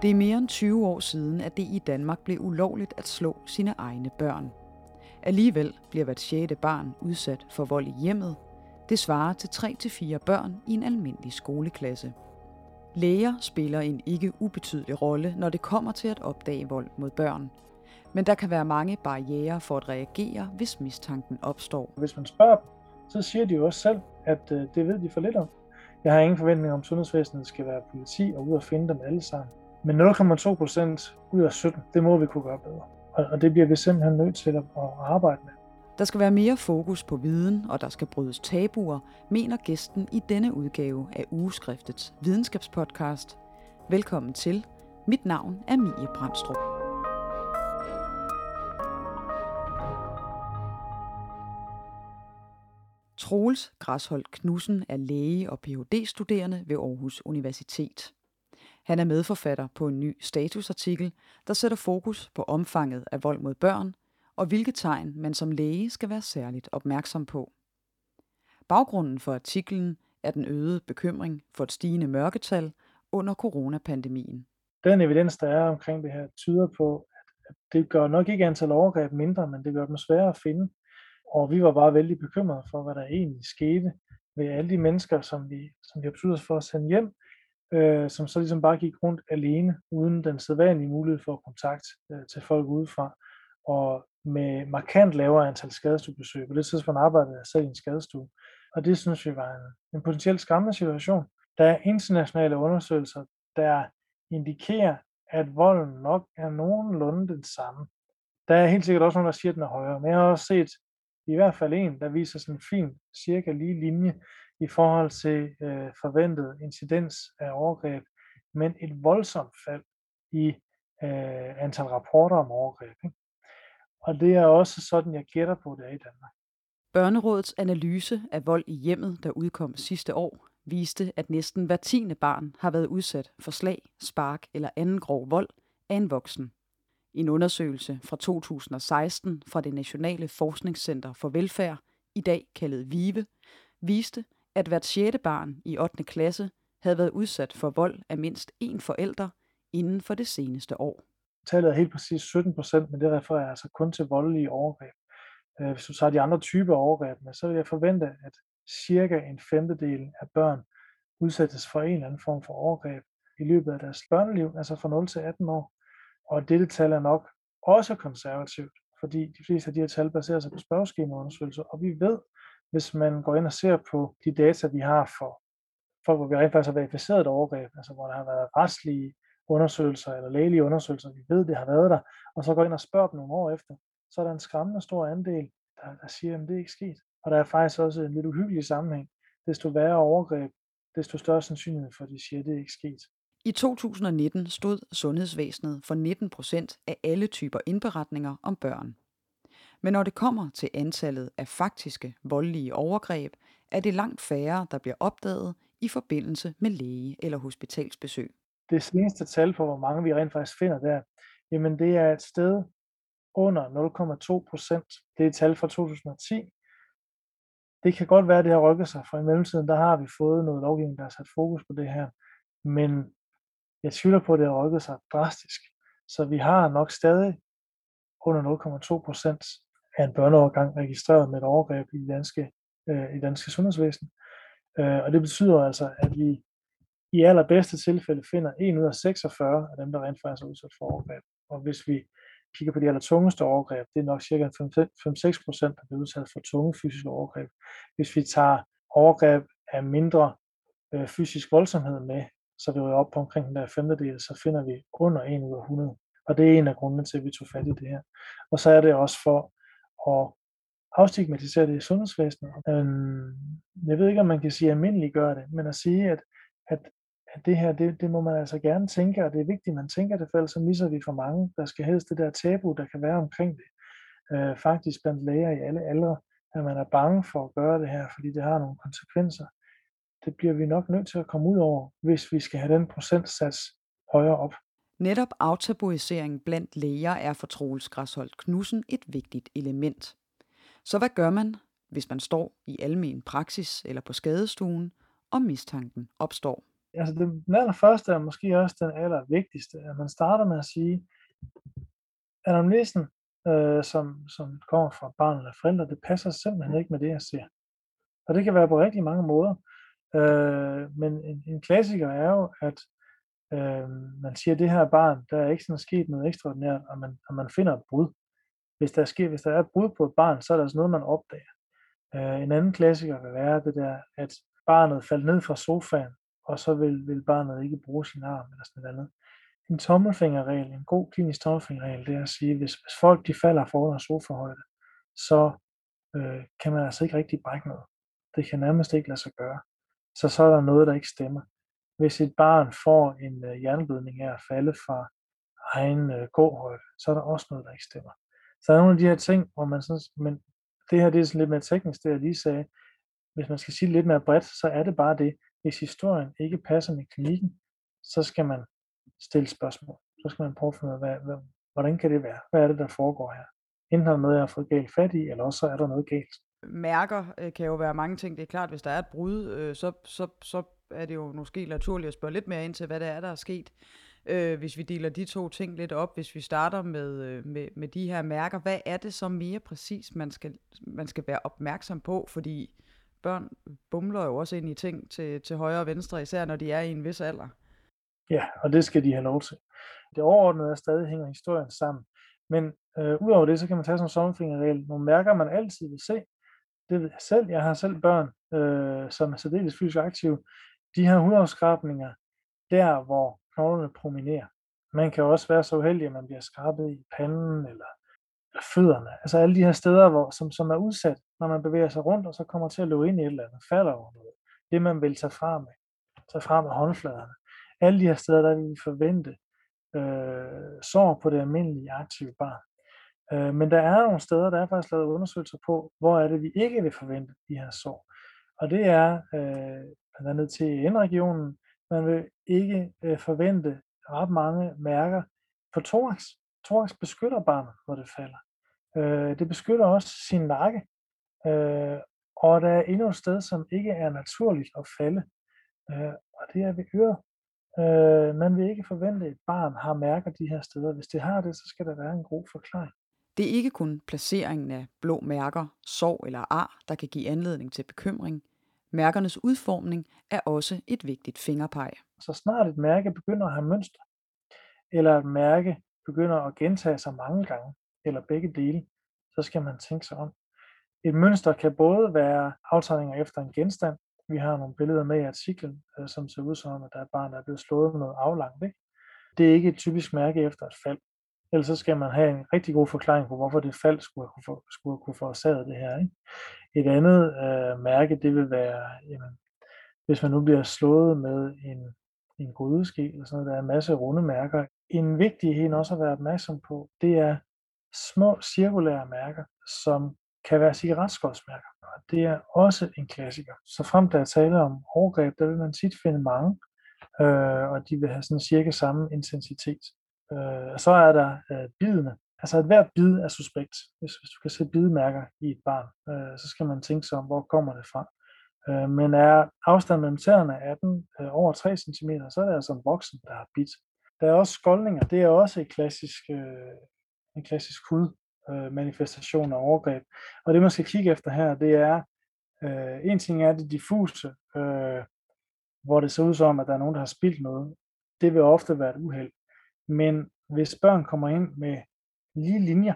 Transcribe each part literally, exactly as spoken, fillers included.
Det er mere end tyve år siden, at det i Danmark blev ulovligt at slå sine egne børn. Alligevel bliver hvert sjette barn udsat for vold i hjemmet. Det svarer til tre til fire børn i en almindelig skoleklasse. Læger spiller en ikke ubetydelig rolle, når det kommer til at opdage vold mod børn. Men der kan være mange barrierer for at reagere, hvis mistanken opstår. Hvis man spørger dem, så siger de jo også selv, at øh, det ved de for lidt om. Jeg har ingen forventning om, at sundhedsvæsenet skal være politi og ud og finde dem alle sammen. Men nul komma to procent ud af sytten, det må vi kunne gøre bedre. Og, og det bliver vi simpelthen nødt til at, at arbejde med. Der skal være mere fokus på viden, og der skal brydes tabuer, mener gæsten i denne udgave af Ugeskriftets videnskabspodcast. Velkommen til. Mit navn er Mie Brandstrup. Troels Græsholt Knudsen er læge og P H D-studerende ved Aarhus Universitet. Han er medforfatter på en ny statusartikel, der sætter fokus på omfanget af vold mod børn, og hvilke tegn man som læge skal være særligt opmærksom på. Baggrunden for artiklen er den øgede bekymring for et stigende mørketal under coronapandemien. Den evidens, der er omkring det her, tyder på, at det gør nok ikke antal overgreb mindre, men det gør dem sværere at finde. Og vi var bare vældig bekymrede for, hvad der egentlig skete med alle de mennesker, som vi, som vi har besluttet os for at sende hjem, øh, som så ligesom bare gik rundt alene, uden den sædvanlige mulighed for kontakt øh, til folk udefra, og med markant lavere antal skadestuebesøg. På det tidspunkt arbejdede jeg selv i en skadestue, og det synes vi var en, en potentielt skræmmende situation. Der er internationale undersøgelser, der indikerer, at volden nok er nogenlunde den samme. Der er helt sikkert også nogen, der siger, at den er højere, men jeg har også set i hvert fald en, der viser sådan en fin, cirka lige linje i forhold til øh, forventet incidens af overgreb, men et voldsomt fald i øh, antal rapporter om overgreb. Ikke? Og det er også sådan, jeg gætter på, det er i Danmark. Børnerådets analyse af vold i hjemmet, der udkom sidste år, viste, at næsten hver tiende barn har været udsat for slag, spark eller anden grov vold af en voksen. En undersøgelse fra to tusind og seksten fra det Nationale Forskningscenter for Velfærd, i dag kaldet VIVE, viste, at hvert sjette barn i ottende klasse havde været udsat for vold af mindst én forælder inden for det seneste år. Tallet er helt præcis sytten procent, men det refererer altså kun til voldelige overgreb. Hvis du tager de andre typer overgreb med, så vil jeg forvente, at cirka en femtedel af børn udsættes for en eller anden form for overgreb i løbet af deres børneliv, altså fra nul til atten år. Og dette tal er nok også konservativt, fordi de fleste af de her tal baserer sig på spørgeskemaundersøgelser, og vi ved, hvis man går ind og ser på de data, vi har for, for hvor vi rent faktisk har verificeret et overgreb, altså hvor der har været retslige undersøgelser eller lægelige undersøgelser, vi ved, det har været der, og så går ind og spørger dem nogle år efter, så er der en skræmmende stor andel, der, der siger, at det er ikke sket. Og der er faktisk også en lidt uhyggelig sammenhæng. Desto værre overgreb, desto større sandsynlighed for, at de siger, at det er ikke sket. I to tusind og nitten stod sundhedsvæsenet for nitten procent af alle typer indberetninger om børn. Men når det kommer til antallet af faktiske voldelige overgreb, er det langt færre, der bliver opdaget i forbindelse med læge- eller hospitalsbesøg. Det seneste tal på, hvor mange vi rent faktisk finder der, jamen det er et sted under nul komma to procent. Det er et tal fra to tusind og ti. Det kan godt være, at det har rykket sig, for i mellemtiden der har vi fået noget lovgivning, der har sat fokus på det her. Men jeg tvivler på, at det har rykket sig drastisk. Så vi har nok stadig under nul komma to procent af en børneovergang registreret med et overgreb i det danske, øh, i danske sundhedsvæsen. Øh, og det betyder altså, at vi i allerbedste tilfælde finder en ud af seksogfyrre af dem, der rent faktisk er udsat for overgreb. Og hvis vi kigger på de allertungeste overgreb, det er nok cirka fem til seks procent, der bliver udsat for tunge fysiske overgreb. Hvis vi tager overgreb af mindre øh, fysisk voldsomhed med, så vi ryger op på omkring den der femtedel, så finder vi under en ud af hundrede. Og det er en af grundene til, at vi tog fat i det her. Og så er det også for at afstigmatisere det i sundhedsvæsenet. Jeg ved ikke, om man kan sige, at almindeligt gør det, men at sige, at, at, at det her, det, det må man altså gerne tænke, og det er vigtigt, at man tænker det, for ellers så misser vi for mange. Der skal helst det der tabu, der kan være omkring det. Øh, faktisk blandt læger i alle aldre, at man er bange for at gøre det her, fordi det har nogle konsekvenser. Det bliver vi nok nødt til at komme ud over, hvis vi skal have den procentsats højere op. Netop aftabuisering blandt læger er for Troels Græsholt Knudsen et vigtigt element. Så hvad gør man, hvis man står i almen praksis eller på skadestuen, og mistanken opstår? Altså den, den allerførste er måske også den allervigtigste, at man starter med at sige, anamnesen, øh, som, som kommer fra barn eller forældre, det passer simpelthen ikke med det, jeg ser. Og det kan være på rigtig mange måder. Øh, men en, en klassiker er jo, at øh, man siger, at det her barn, der er ikke sådan sket noget ekstraordinært, og man, og man finder et brud. Hvis der, sker, hvis der er et brud på et barn, så er der altså noget, man opdager. Øh, en anden klassiker vil være det der, at barnet faldt ned fra sofaen, og så vil, vil barnet ikke bruge sin arm eller sådan noget andet. En tommelfingerregel, en god klinisk tommelfingerregel, det er at sige, at hvis, hvis folk de falder for under sofahøjde, så øh, kan man altså ikke rigtig brække noget. Det kan nærmest ikke lade sig gøre. Så så er der noget, der ikke stemmer. Hvis et barn får en øh, hjerneblødning af at falde fra egen øh, gåhøjde, så er der også noget, der ikke stemmer. Så der er nogle af de her ting, hvor man sådan, men det her det er sådan lidt mere teknisk, det jeg lige sagde. Hvis man skal sige lidt mere bredt, så er det bare det. Hvis historien ikke passer med klinikken, så skal man stille spørgsmål. Så skal man prøve at finde ud af, hvad, hvad, hvordan kan det være? Hvad er det, der foregår her? Enten er der noget, jeg har fået galt fat i, eller også så er der noget galt. Mærker øh, kan jo være mange ting. Det er klart, hvis der er et brud, øh, så, så, så er det jo måske naturligt at spørge lidt mere ind til, hvad det er, der er sket. Øh, hvis vi deler de to ting lidt op, hvis vi starter med, øh, med, med de her mærker, hvad er det så mere præcis, man skal, man skal være opmærksom på? Fordi børn bumler jo også ind i ting til, til højre og venstre, især når de er i en vis alder. Ja, og det skal de have lov til. Det overordnede er stadig hænger historien sammen. Men øh, udover det, så kan man tage som sommerfingerregel nogle mærker, man altid vil se. Det ved jeg selv. Jeg har selv børn, øh, som er særdeles fysisk aktive. De her hudafskrabninger, der hvor knoglerne prominerer. Man kan også være så uheldig, at man bliver skrabet i panden eller, eller fødderne. Altså alle de her steder, hvor, som, som er udsat, når man bevæger sig rundt, og så kommer til at løbe ind i et eller andet, falder over noget. Det man vil tage fra med, tage fra med håndfladerne. Alle de her steder, der vil vi forvente øh, sår på det almindelige aktive barn. Øh, men der er nogle steder, der er faktisk lavet undersøgelser på, hvor er det, vi ikke vil forvente de her sår. Og det er øh, blandt andet T E N-regionen. Man vil ikke øh, forvente ret mange mærker på thorax. Thorax beskytter barnet, hvor det falder. Øh, det beskytter også sin nakke. Øh, og der er endnu et sted, som ikke er naturligt at falde. Øh, og det er ved øret. Øh, man vil ikke forvente, at et barn har mærker de her steder. Hvis det har det, så skal der være en god forklaring. Det er ikke kun placeringen af blå mærker, sår eller ar, der kan give anledning til bekymring. Mærkernes udformning er også et vigtigt fingerpeg. Så snart et mærke begynder at have mønster, eller et mærke begynder at gentage sig mange gange, eller begge dele, så skal man tænke sig om. Et mønster kan både være aftegninger efter en genstand. Vi har nogle billeder med i artiklen, som ser ud som, at der er et barn, der er blevet slået med noget aflangt. Ikke? Det er ikke et typisk mærke efter et fald. Ellers så skal man have en rigtig god forklaring på, hvorfor det fald skulle have kunne, skulle kunne forårsage det her. Ikke? Et andet øh, mærke, det vil være, jamen, hvis man nu bliver slået med en, en grydeske, eller sådan noget, der er en masse runde mærker. En vigtig en også at være opmærksom på, det er små cirkulære mærker, som kan være cigaretskårsmærker. Og det er også en klassiker. Så frem der er tale om overgreb, der vil man tit finde mange, øh, og de vil have sådan cirka samme intensitet. Øh, og så er der øh, bidene. Altså et hvert bid er suspekt. Hvis, hvis du kan se bidemærker i et barn, øh, så skal man tænke sig om, hvor kommer det fra. Øh, men er afstanden mellem tæerne atten øh, over tre centimeter, så er det altså en voksen, der har bidt. Der er også skoldninger. Det er også et klassisk, øh, en klassisk hudmanifestation af overgreb. Og det man skal kigge efter her, det er, øh, en ting er det diffuse, øh, hvor det ser ud som, at der er nogen, der har spildt noget. Det vil ofte være et uheld. Men hvis børn kommer ind med lige linjer,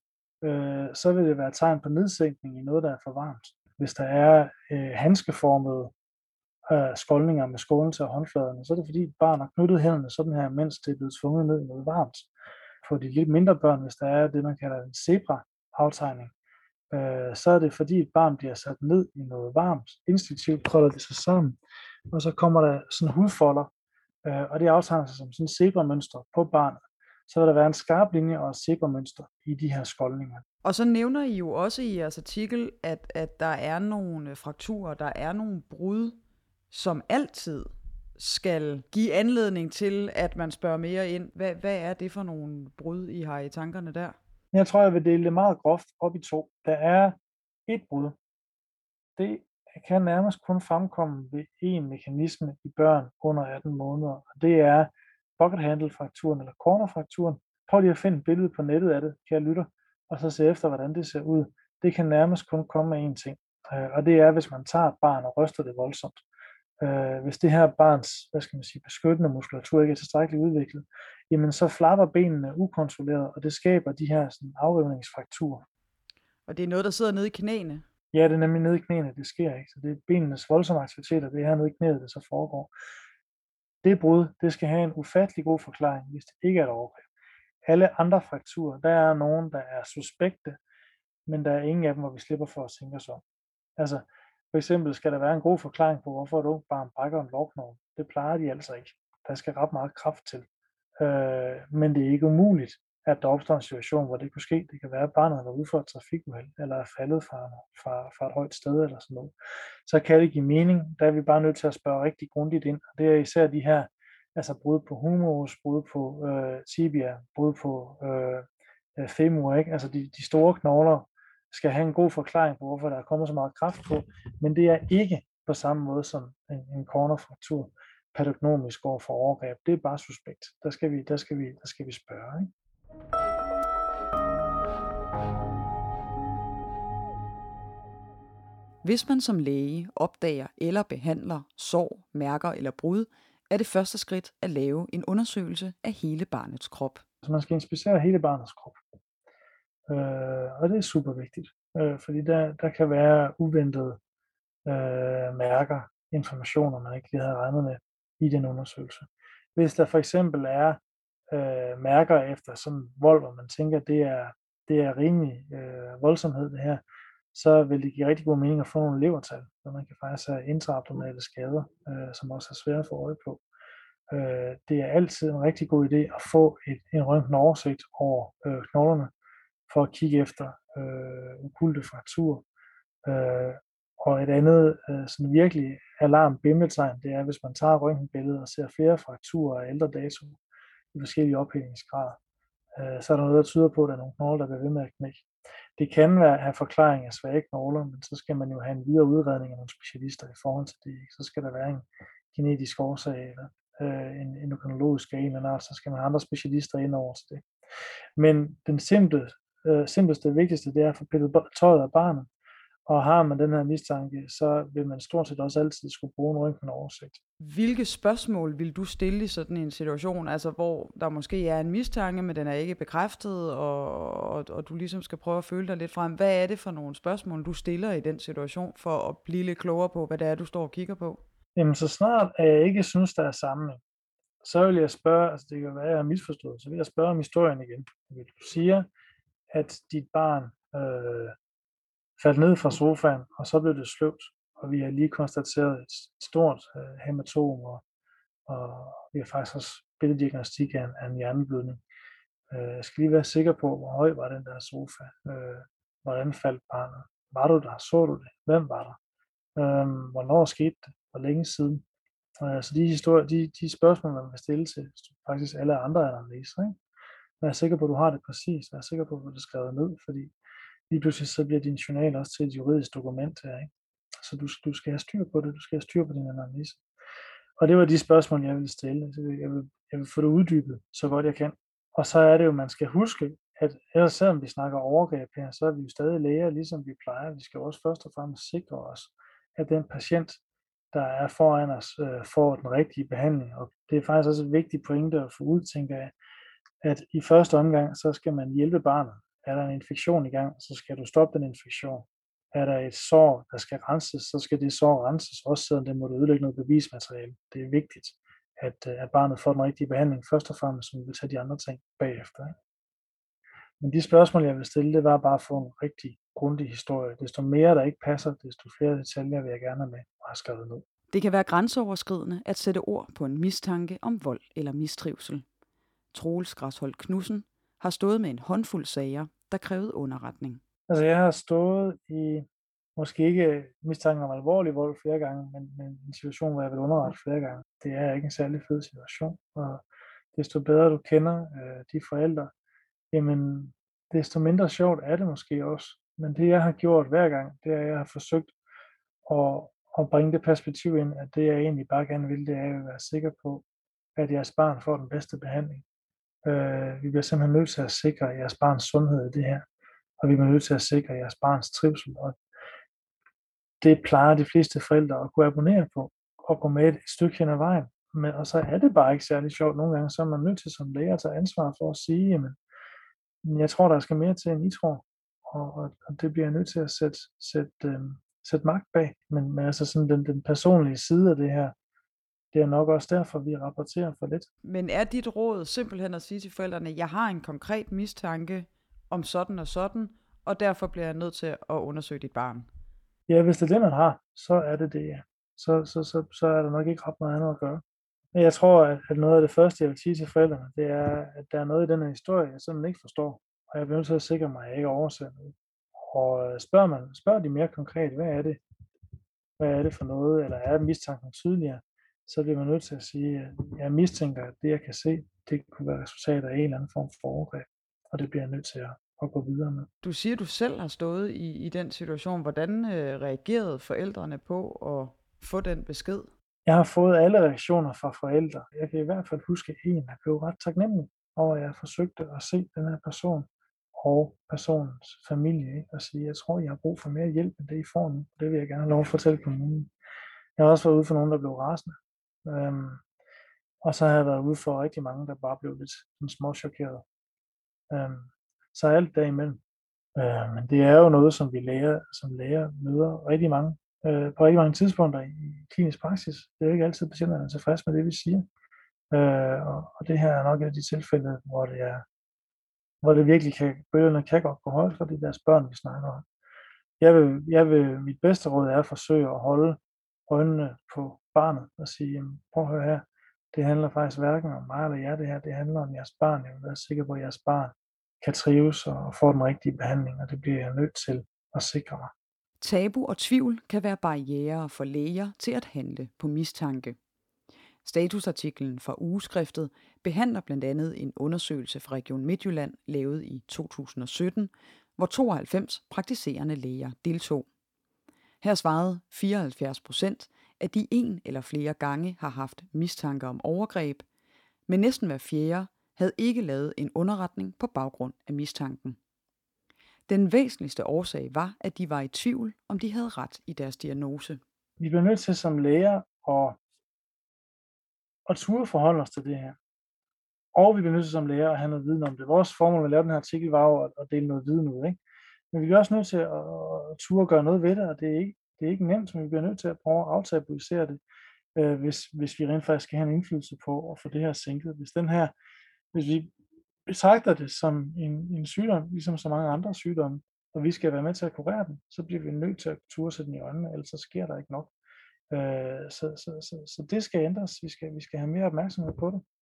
øh, så vil det være et tegn på nedsænkning i noget, der er for varmt. Hvis der er øh, handskeformede øh, skoldninger med skånelse af håndfladerne, så er det fordi et barn har knyttet hænderne sådan her, mens det er blevet tvunget ned i noget varmt. For de lidt mindre børn, hvis der er det, man kalder en zebra-aftegning, øh, så er det fordi et barn bliver sat ned i noget varmt. Instinktivt krøller det sig sammen, og så kommer der sådan hudfolder, øh, og det aftegner sig som sådan en zebra-mønster på barnet. Så vil der være en skarp linje og et zebra-mønster i de her skoldninger. Og så nævner I jo også i jeres artikel, at, at der er nogle frakturer, der er nogle brud, som altid skal give anledning til, at man spørger mere ind. Hvad, hvad er det for nogle brud, I har i tankerne der? Jeg tror, jeg vil dele det meget groft op i to. Der er et brud. Det kan nærmest kun fremkomme ved én mekanisme i børn under atten måneder, og det er bucket handle frakturen eller cornerfrakturen. Prøv lige at finde et billede på nettet af det, kære lytter, og så se efter, hvordan det ser ud. Det kan nærmest kun komme af én ting, øh, og det er, hvis man tager et barn og ryster det voldsomt. Øh, hvis det her barns, hvad skal man sige, beskyttende muskulatur ikke er tilstrækkeligt udviklet, jamen så flapper benene ukontrolleret, og det skaber de her sådan, afrivningsfrakturer. Og det er noget, der sidder nede i knæene? Ja, det er nemlig nede i knæene, det sker ikke. Så det er benenes voldsomme aktiviteter, det er her nede i knæet, det så foregår. Det brud, det skal have en ufattelig god forklaring, hvis det ikke er et overgreb. Alle andre frakturer, der er nogen, der er suspekte, men der er ingen af dem, hvor vi slipper for at tænke os om. Altså, for eksempel skal der være en god forklaring på, hvorfor et ungt barn brækker en lårknogle. Det plejer de altså ikke. Der skal ret meget kraft til. Øh, men det er ikke umuligt, at der opstår en situation, hvor det kunne ske. Det kan være, at barnet har været ude for et trafikuheld, eller er faldet fra, fra, fra et højt sted, eller sådan noget. Så kan det give mening. Der er vi bare nødt til at spørge rigtig grundigt ind. Og det er især de her, altså brud på humerus, brud på øh, tibia, brud på øh, femur, ikke? Altså de, de store knogler skal have en god forklaring på, hvorfor der er kommet så meget kraft på, men det er ikke på samme måde som en, en cornerfraktur patognomisk over for overgreb. Det er bare suspekt. Der skal vi, der skal vi, der skal vi spørge. Ikke? Hvis man som læge opdager eller behandler sår, mærker eller brud, er det første skridt at lave en undersøgelse af hele barnets krop. Så man skal inspicere hele barnets krop. Øh, og det er super vigtigt, øh, fordi der, der kan være uventede øh, mærker, informationer, man ikke lige havde regnet med i den undersøgelse. Hvis der for eksempel er øh, mærker efter sådan vold, hvor man tænker, at det er, det er rimelig øh, voldsomhed det her, så vil det give rigtig god mening at få nogle levertal, hvor man kan faktisk have intraabdominale skader, øh, som også er svære at få øje på. Øh, det er altid en rigtig god idé at få et, en røntgenoversigt over øh, knoglerne, for at kigge efter øh, okulte frakturer. Øh, og et andet øh, sådan virkelig alarm-bimletegn, det er, hvis man tager røntgenbilledet og ser flere frakturer af ældre dato i forskellige ophængningsgrader, øh, så er der noget, der tyder på, at der er nogle knogler, der bliver ved med at knække. Det kan være have forklaring af svage knogler, men så skal man jo have en videre udredning af nogle specialister i forhold til det. Ikke? Så skal der være en genetisk årsag eller øh, en endokrinologisk af en eller anden art, så skal man have andre specialister ind over til det. Men den simple, øh, simpleste og vigtigste, det er at få pillet tøjet af barnet, og har man den her mistanke, så vil man stort set også altid skulle bruge en røntgenoversigt. Hvilke spørgsmål vil du stille i sådan en situation, altså hvor der måske er en mistanke, men den er ikke bekræftet, og, og, og du ligesom skal prøve at føle dig lidt frem. Hvad er det for nogle spørgsmål, du stiller i den situation, for at blive lidt klogere på, hvad det er, du står og kigger på? Jamen, så snart at jeg ikke synes, der er sammenhæng, så vil jeg spørge, altså det kan være, at jeg har misforstået, så vil jeg spørge om historien igen. Du siger, at dit barn øh, faldt ned fra sofaen, og så blev det sløvt, og vi har lige konstateret et stort øh, hematom, og, og vi har faktisk også billeddiagnostik af en, af en hjerneblødning. Øh, jeg skal lige være sikker på, hvor høj var den der sofa. Øh, hvordan faldt barnet? Var du der? Så du det? Hvem var der? Øh, hvornår skete det? Hvor længe siden? Øh, så de, historier, de, de spørgsmål, man vil stille til faktisk alle andre analyser, ikke? Vær sikker på, at du har det præcis. Vær sikker på, at du er skrevet ned, fordi lige pludselig så bliver din journal også til et juridisk dokument her, ikke? Så du, du skal have styr på det, du skal have styr på din analyse. Og det var de spørgsmål, jeg ville stille. Jeg vil, jeg vil få det uddybet, så godt jeg kan. Og så er det jo, man skal huske, at ellers selvom vi snakker overgreb her, så er vi jo stadig læger, ligesom vi plejer. Vi skal jo også først og fremmest sikre os, at den patient, der er foran os, øh, får den rigtige behandling. Og det er faktisk også et vigtigt pointe at få ud, tænker jeg, at i første omgang, så skal man hjælpe barnet. Er der en infektion i gang, så skal du stoppe den infektion. Er der et sår, der skal renses, så skal det sår renses, også selvom det må ødelægge noget bevismateriale. Det er vigtigt, at, at barnet får den rigtige behandling først og fremmest, så vi vil tage de andre ting bagefter. Ikke? Men de spørgsmål, jeg vil stille, det var bare at få en rigtig grundig historie. Desto mere, der ikke passer, desto flere detaljer vil jeg gerne have med og have skrevet ned. Det kan være grænseoverskridende at sætte ord på en mistanke om vold eller mistrivsel. Troels Græsholt Knudsen har stået med en håndfuld sager, der krævede underretning. Altså jeg har stået i, måske ikke mistanke om alvorlig vold flere gange, men, men en situation, hvor jeg vil underrette flere gange. Det er ikke en særlig fed situation, og desto bedre du kender øh, de forældre, jamen desto mindre sjovt er det måske også. Men det jeg har gjort hver gang, det er, at jeg har forsøgt og, og bringe det perspektiv ind, at det jeg egentlig bare gerne vil, det er at være sikker på, at jeres barn får den bedste behandling. Øh, vi bliver simpelthen nødt til at sikre jeres barns sundhed i det her, og vi bliver nødt til at sikre jeres barns trivsel, og det plejer de fleste forældre at kunne abonnere på, og gå med et stykke hen ad vejen. Men, og så er det bare ikke særlig sjovt. Nogle gange så er man nødt til som læger at tage ansvar for at sige, jamen, jeg tror, der skal mere til, end I tror. Og, og, og det bliver jeg nødt til at sætte, sætte, øh, sætte magt bag. Men, men altså sådan den, den personlige side af det her, det er nok også derfor, vi rapporterer for lidt. Men er dit råd simpelthen at sige til forældrene, jeg har en konkret mistanke om sådan og sådan, og derfor bliver jeg nødt til at undersøge dit barn? Ja, hvis det er det, man har, så er det det, ja. Så, så, så, så er der nok ikke ret meget andet at gøre. Men jeg tror, at, at noget af det første, jeg vil sige til forældrene, det er, at der er noget i den her historie, jeg simpelthen ikke forstår. Og jeg bliver nødt til at sikre mig, at jeg ikke oversætter noget. Og spørger man, spørger de mere konkret, hvad er det? Hvad er det for noget? Eller er mistanken tydeligere? Så bliver man nødt til at sige, at jeg mistænker, at det, jeg kan se, det kunne være resultat af en eller anden form for overgreb. Og det bliver jeg nødt til at, at gå videre med. Du siger, at du selv har stået i, i den situation. Hvordan øh, reagerede forældrene på at få den besked? Jeg har fået alle reaktioner fra forældre. Jeg kan i hvert fald huske en, der blev ret taknemmelig over, at jeg forsøgte at se den her person og personens familie, ikke? Og sige, jeg tror, jeg har brug for mere hjælp, end det I får nu. Det vil jeg gerne have lov at fortælle kommunen. Jeg har også været ude for nogen, der blev rasende. Øhm, og så har jeg været ude for rigtig mange, der bare blev lidt småchokeret. Øhm, så alt derimellem. Øh, men det er jo noget, som vi lærer, som lærer møder rigtig mange, øh, på rigtig mange tidspunkter i klinisk praksis. Det er jo ikke altid, patienterne er tilfredse med det, vi siger. Øh, og, og det her er nok et af de tilfælde, hvor det er, hvor det virkelig kan, bølgerne kan godt gå højt, for det er deres børn, vi snakker om. Jeg vil, jeg vil, mit bedste råd er at forsøge at holde øjnene på barnet og sige, jamen, prøv at høre her, det handler faktisk hverken om mig eller jer, det her, det handler om jeres barn. Jeg vil være sikker på, at jeres barn kan trives og få den rigtige behandling, og det bliver jeg nødt til at sikre mig. Tabu og tvivl kan være barrierer for læger til at handle på mistanke. Statusartiklen fra Ugeskriftet behandler blandt andet en undersøgelse fra Region Midtjylland, lavet i to tusind og sytten, hvor tooghalvfems praktiserende læger deltog. Her svarede fireoghalvfjerds procent, at de en eller flere gange har haft mistanke om overgreb, men næsten hver fjerde havde ikke lavet en underretning på baggrund af mistanken. Den væsentligste årsag var, at de var i tvivl, om de havde ret i deres diagnose. Vi bliver nødt til som læger at, at turde forholde os til det her. Og vi bliver nødt til som læger at have noget viden om det. Vores formål med at lave den her artikel var jo at, at dele noget viden ud, ikke? Men vi bliver også nødt til at, at turde gøre noget ved det, og det er ikke, det er ikke nemt, men vi bliver nødt til at prøve at aftabuisere det, øh, hvis, hvis vi rent faktisk skal have en indflydelse på at få det her sænket. Hvis den her, hvis vi betragter det som en, en sygdom, ligesom så mange andre sygdomme, og vi skal være med til at kurere den, så bliver vi nødt til at turde sætte den i øjnene, ellers så sker der ikke nok. Øh, så, så, så, så det skal ændres. Vi skal, vi skal have mere opmærksomhed på det.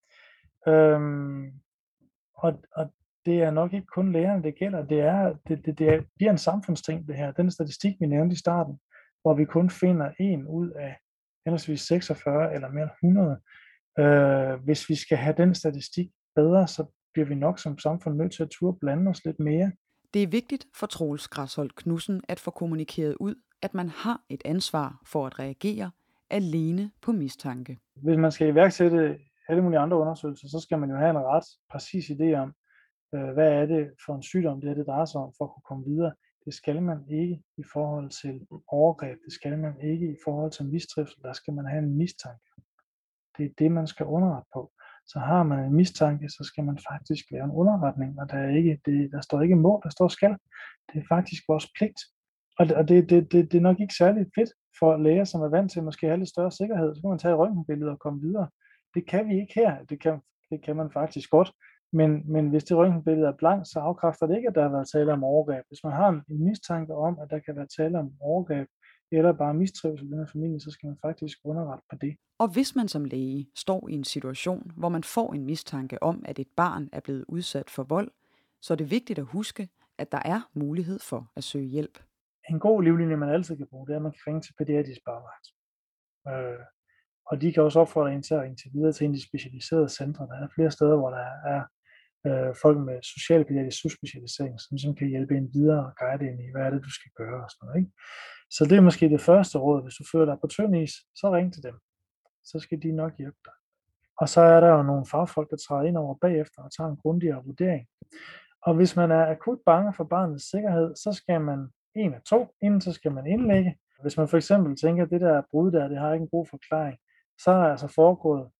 Øhm, og, og det er nok ikke kun lægerne, det gælder. Det, er, det, det, det er, bliver en samfundsting, det her. Den statistik, vi nævnte i starten, hvor vi kun finder en ud af henholdsvis seksogfyrre eller mere end hundrede. Øh, hvis vi skal have den statistik bedre, så bliver vi nok som samfund nødt til at turde blande os lidt mere. Det er vigtigt for Troels Græsholt Knudsen at få kommunikeret ud, at man har et ansvar for at reagere alene på mistanke. Hvis man skal iværksætte alle mulige andre undersøgelser, så skal man jo have en ret præcis idé om, øh, hvad er det for en sygdom, det her det drejer sig om, for at kunne komme videre. Det skal man ikke i forhold til overgreb, det skal man ikke i forhold til mistrivsel, der skal man have en mistanke. Det er det, man skal underrette på. Så har man en mistanke, så skal man faktisk lave en underretning, og der, er ikke, det, der står ikke må, der står skal. Det er faktisk vores pligt. Og det, det, det, det, det er nok ikke særlig fedt for læger, som er vant til måske at have lidt større sikkerhed. Så kan man tage et røntgenbillede og komme videre. Det kan vi ikke her. Det kan, det kan man faktisk godt. Men, men hvis det røntgenbillede er blankt, så afkræfter det ikke, at der har været tale om overgreb. Hvis man har en, en mistanke om, at der kan være tale om overgreb, eller bare mistrivsel i den her familie, så skal man faktisk underrette på det. Og hvis man som læge står i en situation, hvor man får en mistanke om, at et barn er blevet udsat for vold, så er det vigtigt at huske, at der er mulighed for at søge hjælp. En god livlinje, man altid kan bruge, det er, at man kan ringe til pædiatrisk barnevagt. Øh, og de kan også opfordre en til at ringe til videre til en af de specialiserede centre. Der er flere steder, hvor der er øh, folk med socialpædiatrisk subspecialisering, som, som kan hjælpe en videre og guide ind i, hvad er det, du skal gøre og sådan noget, ikke? Så det er måske det første råd. Hvis du føler dig på tynd is, så ring til dem. Så skal de nok hjælpe dig. Og så er der jo nogle fagfolk, der træder ind over bagefter og tager en grundigere vurdering. Og hvis man er akut bange for barnets sikkerhed, så skal man en af to, enten så skal man indlægge. Hvis man for eksempel tænker, at det der brud der, det har ikke en god forklaring, så er der altså foregået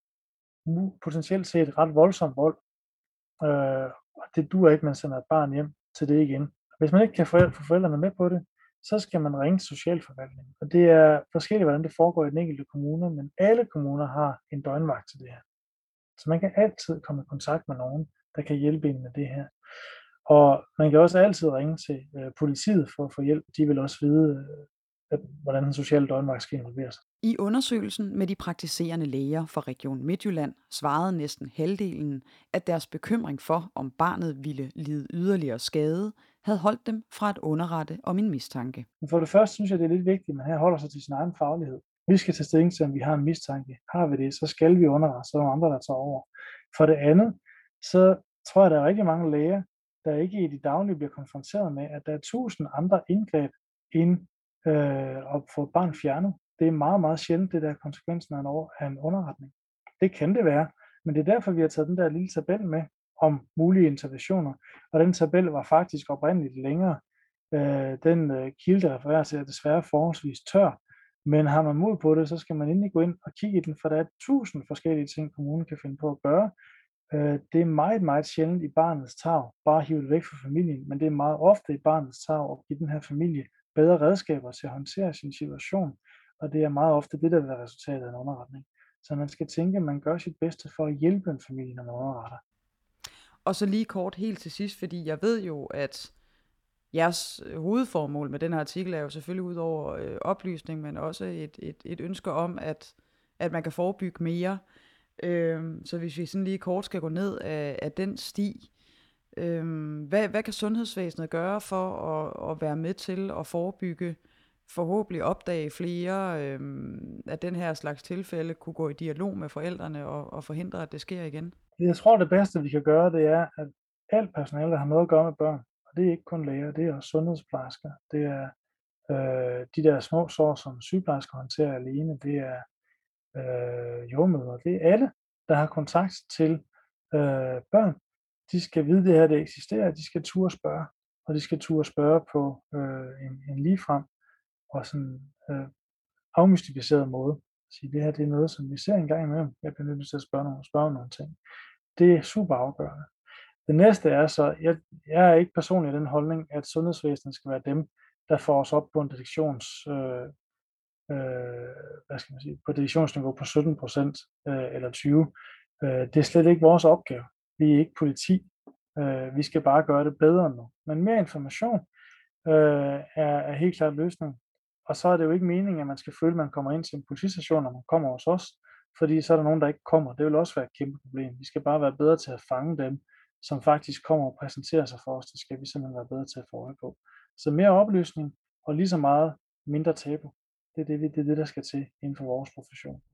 nu potentielt set ret voldsom vold. Øh, og det duer ikke, man sender et barn hjem til det igen. Hvis man ikke kan få få forældrene med på det, så skal man ringe til socialforvaltningen. Og det er forskelligt, hvordan det foregår i den enkelte kommune, men alle kommuner har en døgnvagt til det her. Så man kan altid komme i kontakt med nogen, der kan hjælpe en med det her. Og man kan også altid ringe til øh, politiet for at få hjælp. De vil også vide, øh, hvordan den sociale døgnvagt skal involveres. I undersøgelsen med de praktiserende læger fra Region Midtjylland svarede næsten halvdelen, at deres bekymring for, om barnet ville lide yderligere skade, havde holdt dem fra at underrette om en mistanke. Men for det første synes jeg, det er lidt vigtigt, at man her holder sig til sin egen faglighed. Vi skal tage stilling til, om vi har en mistanke. Har vi det, så skal vi underrette, så er der andre, der tager over. For det andet, så tror jeg, der er rigtig mange læger, der ikke i det daglige bliver konfronteret med, at der er tusind andre indgreb end øh, at få et barn fjernet. Det er meget, meget sjældent, det der konsekvensen af en, over, af en underretning. Det kan det være, men det er derfor, vi har taget den der lille tabel med om mulige interventioner. Og den tabel var faktisk oprindeligt længere. Øh, den øh, kilde, der refererer til, er desværre forholdsvis tør. Men har man mod på det, så skal man endelig gå ind og kigge i den, for der er tusind forskellige ting, kommunen kan finde på at gøre. Øh, det er meget, meget sjældent i barnets tarv, bare at hive det væk fra familien, men det er meget ofte i barnets tarv at give den her familie bedre redskaber til at håndtere sin situation, og det er meget ofte det, der vil være resultatet af en underretning. Så man skal tænke, at man gør sit bedste for at hjælpe en familie, når man underretter. Og så lige kort helt til sidst, fordi jeg ved jo, at jeres hovedformål med den her artikel er jo selvfølgelig ud over øh, oplysning, men også et, et, et ønske om, at, at man kan forebygge mere. Øh, så hvis vi sådan lige kort skal gå ned af, af den sti, øh, hvad, hvad kan sundhedsvæsenet gøre for at, at være med til at forebygge, forhåbentlig opdage flere øh, af den her slags tilfælde, kunne gå i dialog med forældrene og, og forhindre, at det sker igen? Jeg tror, det bedste, vi kan gøre, det er, at alt personale, der har noget at gøre med børn, og det er ikke kun læger, det er også sundhedsplejersker, det er øh, de der små sår, som sygeplejersker håndterer alene, det er øh, jordmødre, det er alle, der har kontakt til øh, børn. De skal vide, det her det eksisterer, de skal turde spørge, og de skal turde spørge på øh, en, en ligefrem og sådan øh, afmystificeret måde. Sige, det her det er noget, som vi ser en gang imellem. Jeg bliver nødt til at spørge nogle, spørge nogle ting. Det er super afgørende. Det næste er så, jeg, jeg er ikke personligt i den holdning, at sundhedsvæsenet skal være dem, der får os op på en detektions, øh, øh, hvad skal man sige, på detektionsniveau på sytten procent øh, eller tyve. Øh, det er slet ikke vores opgave. Vi er ikke politi. Øh, vi skal bare gøre det bedre nu. Men mere information øh, er, er helt klart løsningen. Og så er det jo ikke meningen, at man skal føle, at man kommer ind til en politistation, når man kommer hos os, fordi så er der nogen, der ikke kommer. Det vil også være et kæmpe problem. Vi skal bare være bedre til at fange dem, som faktisk kommer og præsenterer sig for os. Det skal vi simpelthen være bedre til at få øje på. Så mere oplysning og lige så meget mindre tabu. Det er det, det, er det der skal til inden for vores profession.